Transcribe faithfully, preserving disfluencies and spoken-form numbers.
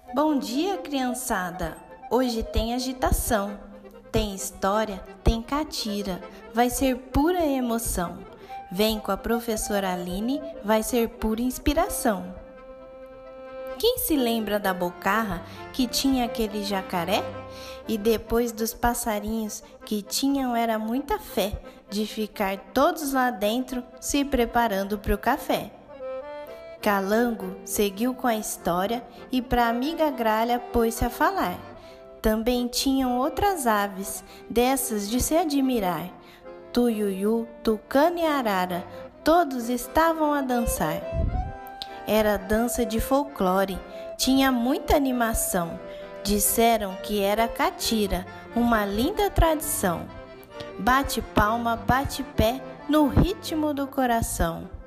Bom dia, criançada! Hoje tem agitação, tem história, tem catira, vai ser pura emoção. Vem com a professora Aline, vai ser pura inspiração. Quem se lembra da bocarra que tinha aquele jacaré? E depois dos passarinhos que tinham era muita fé de ficar todos lá dentro se preparando para o café. Calango seguiu com a história e para a amiga Gralha pôs-se a falar. Também tinham outras aves, dessas de se admirar. Tuiuiu, tucano e arara, todos estavam a dançar. Era dança de folclore, tinha muita animação. Disseram que era catira, uma linda tradição. Bate palma, bate pé, no ritmo do coração.